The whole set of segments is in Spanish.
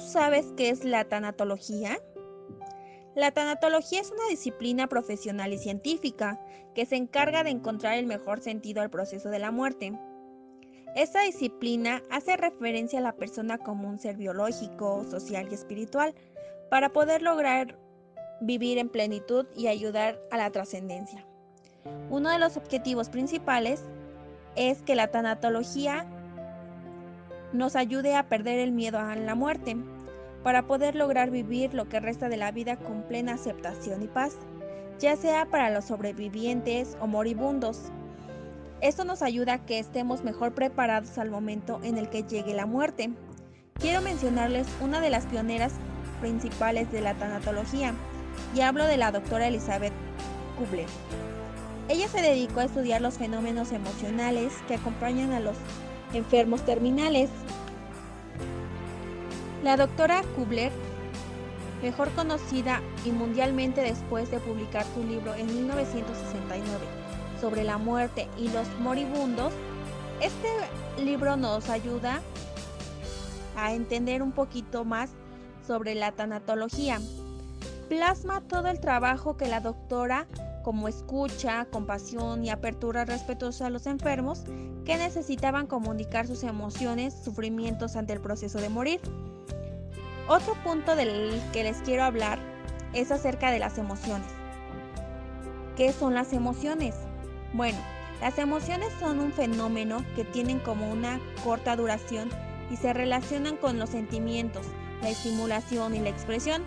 sabes qué es la tanatología? La tanatología es una disciplina profesional y científica que se encarga de encontrar el mejor sentido al proceso de la muerte. Esta disciplina hace referencia a la persona como un ser biológico, social y espiritual para poder lograr vivir en plenitud y ayudar a la trascendencia. Uno de los objetivos principales es que la tanatología nos ayude a perder el miedo a la muerte, para poder lograr vivir lo que resta de la vida con plena aceptación y paz, ya sea para los sobrevivientes o moribundos. Esto nos ayuda a que estemos mejor preparados al momento en el que llegue la muerte. Quiero mencionarles una de las pioneras principales de la tanatología, y hablo de la doctora Elizabeth Kubler. Ella se dedicó a estudiar los fenómenos emocionales que acompañan a los enfermos terminales. La doctora Kubler, mejor conocida y mundialmente después de publicar su libro en 1969 sobre la muerte y los moribundos, este libro nos ayuda a entender un poquito más sobre la tanatología. Plasma todo el trabajo que la doctora, como escucha, compasión y apertura respetuosa a los enfermos que necesitaban comunicar sus emociones, sufrimientos ante el proceso de morir. Otro punto del que les quiero hablar es acerca de las emociones. ¿Qué son las emociones? Bueno, las emociones son un fenómeno que tienen como una corta duración y se relacionan con los sentimientos, la estimulación y la expresión.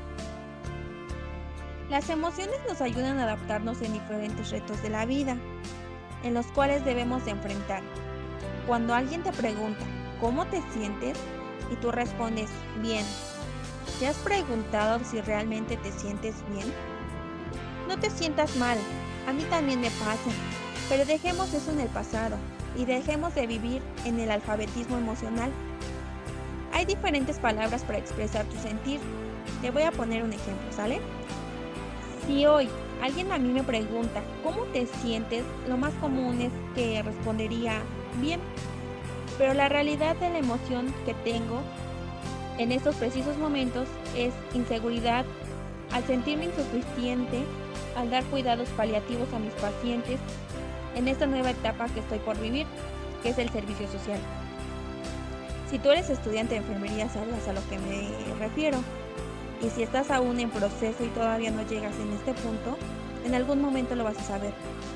Las emociones nos ayudan a adaptarnos en diferentes retos de la vida, en los cuales debemos de enfrentar. Cuando alguien te pregunta, ¿cómo te sientes? Y tú respondes, bien. ¿Te has preguntado si realmente te sientes bien? No te sientas mal, a mí también me pasa, pero dejemos eso en el pasado y dejemos de vivir en el alfabetismo emocional. Hay diferentes palabras para expresar tu sentir. Te voy a poner un ejemplo, ¿sale? Si hoy alguien a mí me pregunta, ¿cómo te sientes? Lo más común es que respondería, bien, pero la realidad de la emoción que tengo en estos precisos momentos es inseguridad, al sentirme insuficiente, al dar cuidados paliativos a mis pacientes en esta nueva etapa que estoy por vivir, que es el servicio social. Si tú eres estudiante de enfermería, sabrás a lo que me refiero. Y si estás aún en proceso y todavía no llegas en este punto, en algún momento lo vas a saber.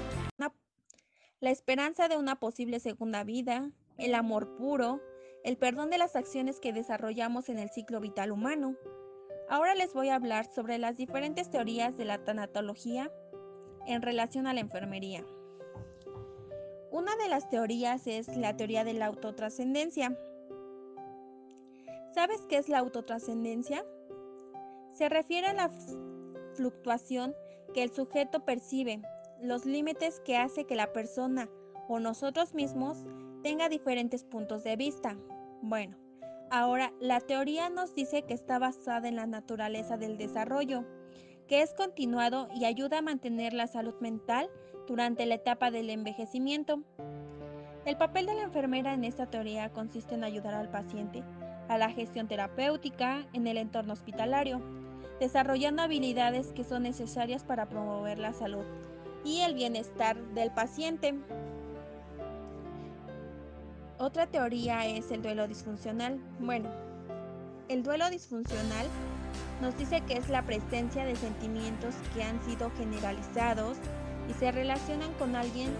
La esperanza de una posible segunda vida, el amor puro, el perdón de las acciones que desarrollamos en el ciclo vital humano. Ahora les voy a hablar sobre las diferentes teorías de la tanatología en relación a la enfermería. Una de las teorías es la teoría de la autotrascendencia. ¿Sabes qué es la autotrascendencia? Se refiere a la fluctuación que el sujeto percibe, los límites que hace que la persona o nosotros mismos tenga diferentes puntos de vista. Bueno, ahora la teoría nos dice que está basada en la naturaleza del desarrollo, que es continuado y ayuda a mantener la salud mental durante la etapa del envejecimiento. El papel de la enfermera en esta teoría consiste en ayudar al paciente a la gestión terapéutica en el entorno hospitalario, desarrollando habilidades que son necesarias para promover la salud y el bienestar del paciente. Otra teoría es el duelo disfuncional. Bueno, el duelo disfuncional nos dice que es la presencia de sentimientos que han sido generalizados y se relacionan con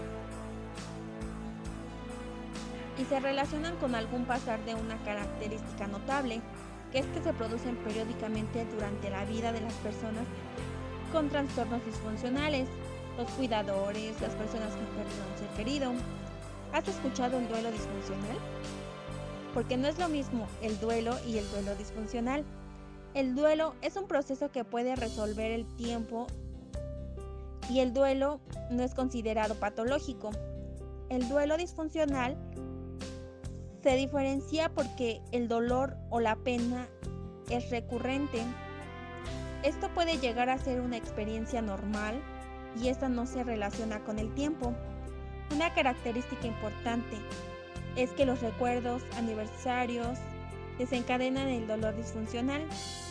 algún pasar de una característica notable, que es que se producen periódicamente durante la vida de las personas con trastornos disfuncionales, los cuidadores, las personas que perdieron un ser querido. ¿Has escuchado el duelo disfuncional? Porque no es lo mismo el duelo y el duelo disfuncional. El duelo es un proceso que puede resolver el tiempo y el duelo no es considerado patológico. El duelo disfuncional se diferencia porque el dolor o la pena es recurrente. Esto puede llegar a ser una experiencia normal y esta no se relaciona con el tiempo. Una característica importante es que los recuerdos, aniversarios, desencadenan el dolor disfuncional.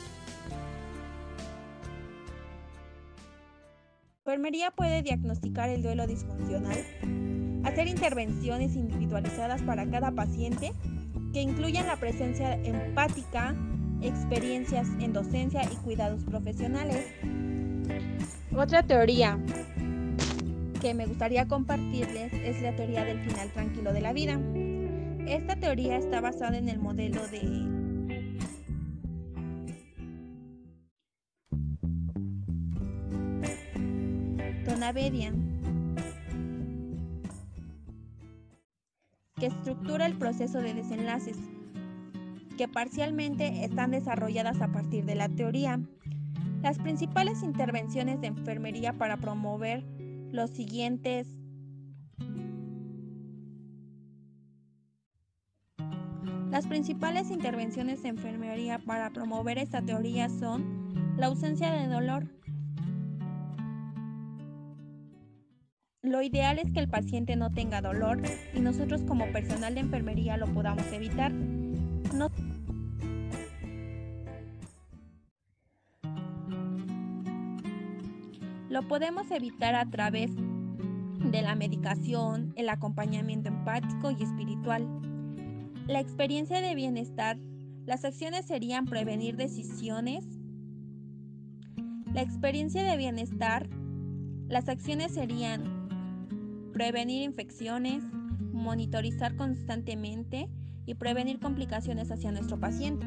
La enfermería puede diagnosticar el duelo disfuncional, hacer intervenciones individualizadas para cada paciente que incluyan la presencia empática, experiencias en docencia y cuidados profesionales. Otra teoría que me gustaría compartirles es la teoría del final tranquilo de la vida. Esta teoría está basada en el modelo de Donabedian, que estructura el proceso de desenlaces, que parcialmente están desarrolladas a partir de la teoría. Las principales intervenciones de enfermería para promover los siguientes Las principales intervenciones de enfermería para promover esta teoría son la ausencia de dolor. Lo ideal es que el paciente no tenga dolor y nosotros como personal de enfermería lo podamos evitar. Lo podemos evitar a través de la medicación, el acompañamiento empático y espiritual. La experiencia de bienestar, las acciones serían prevenir decisiones. La experiencia de bienestar, las acciones serían prevenir infecciones, monitorizar constantemente y prevenir complicaciones hacia nuestro paciente.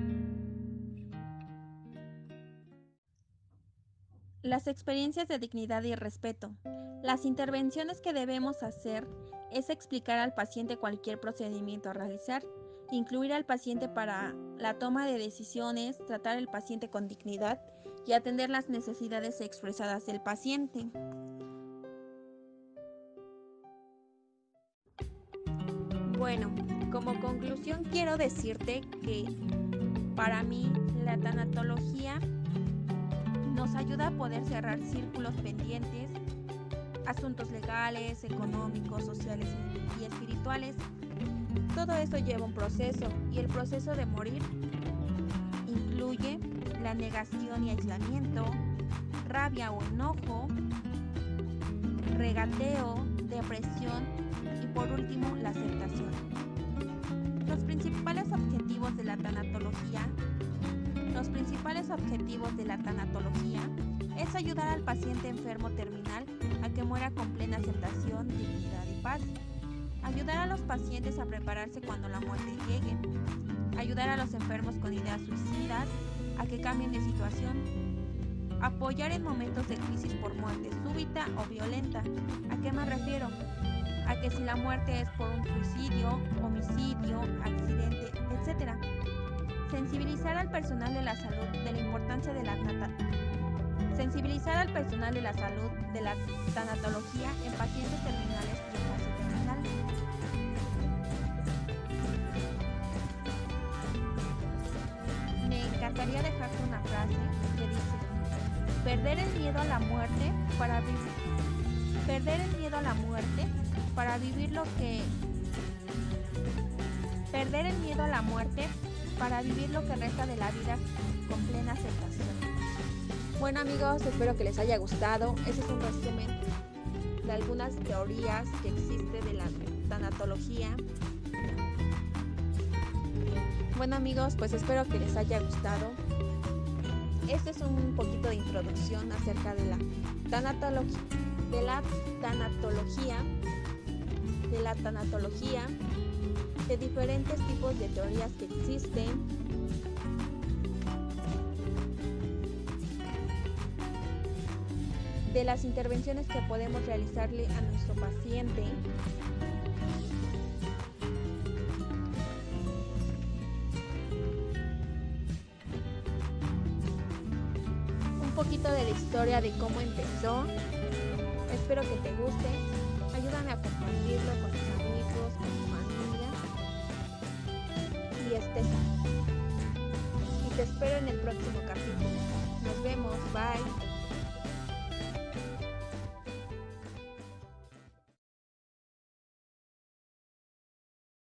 Las experiencias de dignidad y respeto. Las intervenciones que debemos hacer es explicar al paciente cualquier procedimiento a realizar, incluir al paciente para la toma de decisiones, tratar al paciente con dignidad y atender las necesidades expresadas del paciente. Bueno, como conclusión quiero decirte que para mí la tanatología nos ayuda a poder cerrar círculos pendientes, asuntos legales, económicos, sociales y espirituales. Todo esto lleva un proceso y el proceso de morir incluye la negación y aislamiento, rabia o enojo, regateo, depresión y por último la aceptación. Los principales objetivos de la tanatología es ayudar al paciente enfermo terminal a que muera con plena aceptación, dignidad y paz. Ayudar a los pacientes a prepararse cuando la muerte llegue. Ayudar a los enfermos con ideas suicidas a que cambien de situación. Apoyar en momentos de crisis por muerte súbita o violenta. ¿A qué me refiero? A que si la muerte es por un suicidio, homicidio, accidente, etc. Sensibilizar al personal de la salud de la importancia de la tanatología en pacientes terminales y en fase terminal. Me encantaría dejarte una frase que dice: perder el miedo a la muerte para vivir lo que resta de la vida con plena aceptación. Bueno amigos, espero que les haya gustado. Ese es un resumen de algunas teorías que existen de la tanatología. Bueno amigos, pues espero que les haya gustado. Este es un poquito de introducción acerca de la tanatología, de diferentes tipos de teorías que existen. De las intervenciones que podemos realizarle a nuestro paciente. Un poquito de la historia de cómo empezó. Espero que te guste. Ayúdame a compartirlo con tus amigos, con tu familia. Y estés sano. Y te espero en el próximo capítulo. Nos vemos. Bye.